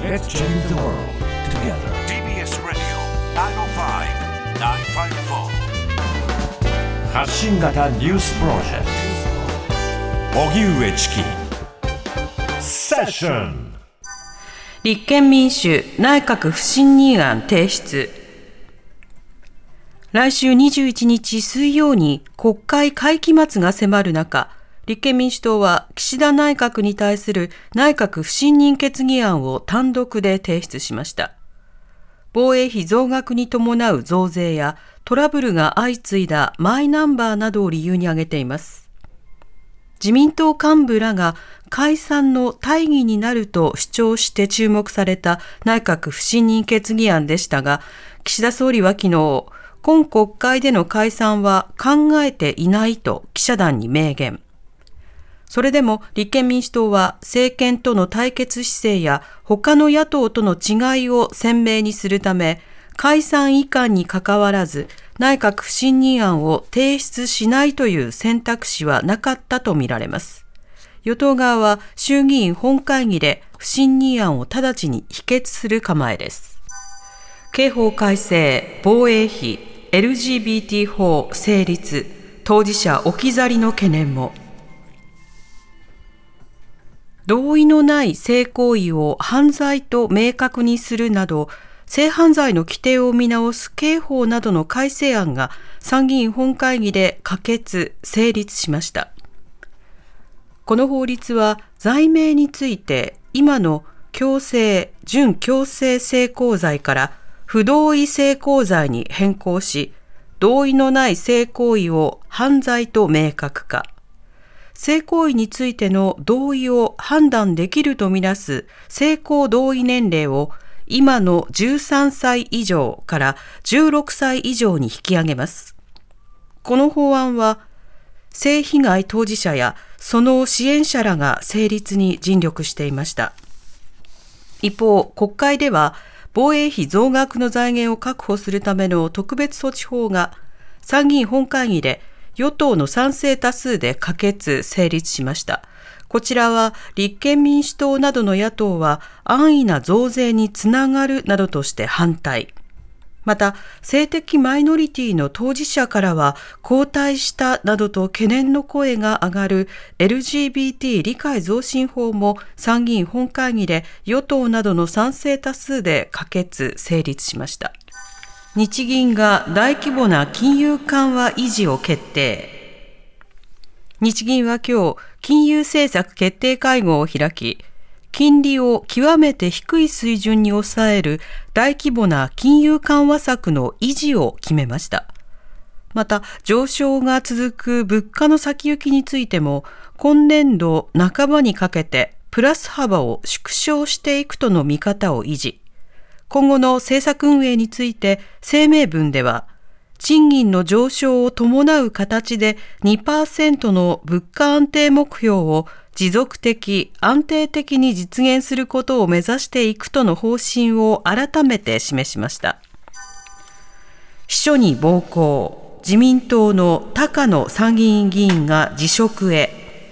Let's change the world together. TBS Radio 905-954 発信型ニュースプロジェクト荻上チキセッション。 立憲民主内閣不信任案提出。来週21日水曜に国会会期末が迫る中、立憲民主党は岸田内閣に対する内閣不信任決議案を単独で提出しました。防衛費増額に伴う増税やトラブルが相次いだマイナンバーなどを理由に挙げています。自民党幹部らが解散の大義になると主張して注目された内閣不信任決議案でしたが、岸田総理は昨日、今国会での解散は考えていないと記者団に明言。それでも立憲民主党は政権との対決姿勢や他の野党との違いを鮮明にするため、解散以下にかかわらず内閣不信任案を提出しないという選択肢はなかったとみられます。与党側は衆議院本会議で不信任案を直ちに否決する構えです。刑法改正、防衛費、LGBT 法成立、当事者置き去りの懸念も。同意のない性行為を犯罪と明確にするなど、性犯罪の規定を見直す刑法などの改正案が参議院本会議で可決・成立しました。この法律は罪名について今の強制・準強制性交罪から不同意性交罪に変更し、同意のない性行為を犯罪と明確化。性行為についての同意を判断できるとみなす性交同意年齢を今の13歳以上から16歳以上に引き上げます。この法案は性被害当事者やその支援者らが成立に尽力していました。一方、国会では防衛費増額の財源を確保するための特別措置法が参議院本会議で与党の賛成多数で可決・成立しました。こちらは立憲民主党などの野党は安易な増税につながるなどとして反対。また、性的マイノリティの当事者からは後退したなどと懸念の声が上がる LGBT 理解増進法も参議院本会議で与党などの賛成多数で可決・成立しました。日銀が大規模な金融緩和維持を決定。日銀は今日、金融政策決定会合を開き、金利を極めて低い水準に抑える大規模な金融緩和策の維持を決めました。また、上昇が続く物価の先行きについても、今年度半ばにかけてプラス幅を縮小していくとの見方を維持。今後の政策運営について声明文では、賃金の上昇を伴う形で 2% の物価安定目標を持続的・安定的に実現することを目指していくとの方針を改めて示しました。秘書に暴行、自民党の高野参議院議員が辞職へ。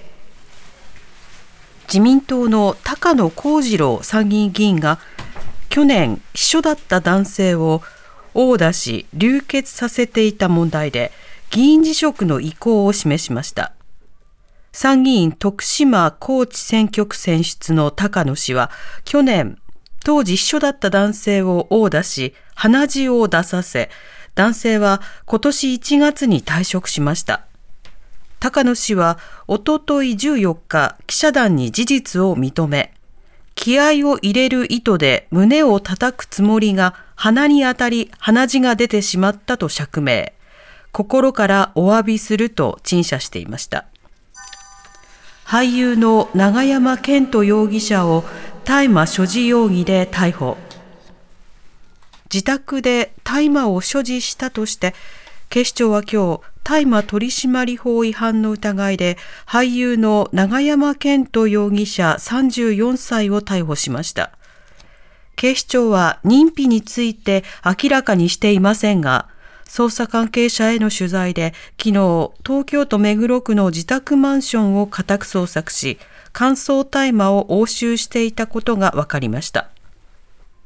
自民党の高野光二郎参議院議員が去年、秘書だった男性を殴打し流血させていた問題で議員辞職の意向を示しました。参議院徳島高知選挙区選出の高野氏は去年、当時秘書だった男性を殴打し鼻血を出させ、男性は今年1月に退職しました。高野氏はおととい14日、記者団に事実を認め、気合を入れる意図で胸を叩くつもりが鼻に当たり鼻血が出てしまったと釈明。心からお詫びすると陳謝していました。俳優の永山絢斗容疑者を大麻所持容疑で逮捕。自宅で大麻を所持したとして、警視庁は今日、大麻取締法違反の疑いで俳優の永山絢斗容疑者34歳を逮捕しました。警視庁は認否について明らかにしていませんが、捜査関係者への取材で昨日、東京都目黒区の自宅マンションを家宅捜索し、乾燥大麻を押収していたことが分かりました。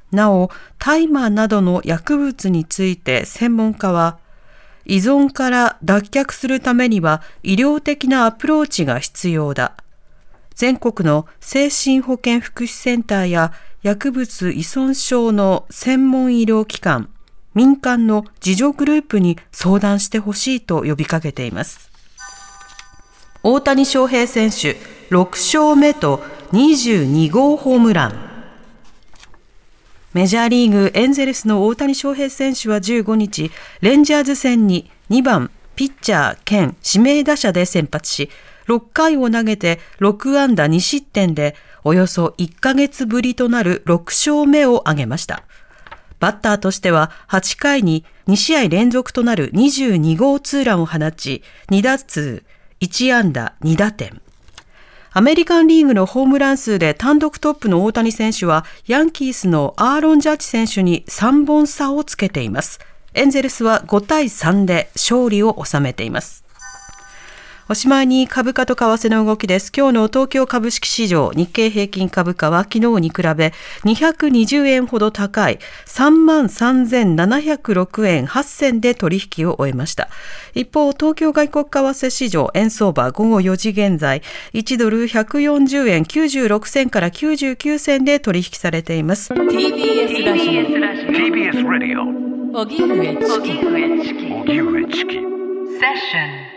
なお、大麻などの薬物について専門家は、依存から脱却するためには医療的なアプローチが必要だ。全国の精神保健福祉センターや薬物依存症の専門医療機関、民間の自助グループに相談してほしいと呼びかけています。大谷翔平選手、6勝目と22号ホームラン。メジャーリーグエンゼルスの大谷翔平選手は15日、レンジャーズ戦に2番ピッチャー兼指名打者で先発し、6回を投げて6安打2失点でおよそ1ヶ月ぶりとなる6勝目を挙げました。バッターとしては8回に2試合連続となる22号ツーランを放ち、2打数1安打2打点。アメリカンリーグのホームラン数で単独トップの大谷選手はヤンキースのアーロン・ジャッジ選手に3本差をつけています。エンゼルスは5対3で勝利を収めています。おしまいに株価と為替の動きです。今日の東京株式市場、日経平均株価は昨日に比べ220円ほど高い 33,706 円8銭で取引を終えました。一方、東京外国為替市場、円相場午後4時現在、1ドル140円96銭から99銭で取引されています。 TBS ラジオ荻上チキセッション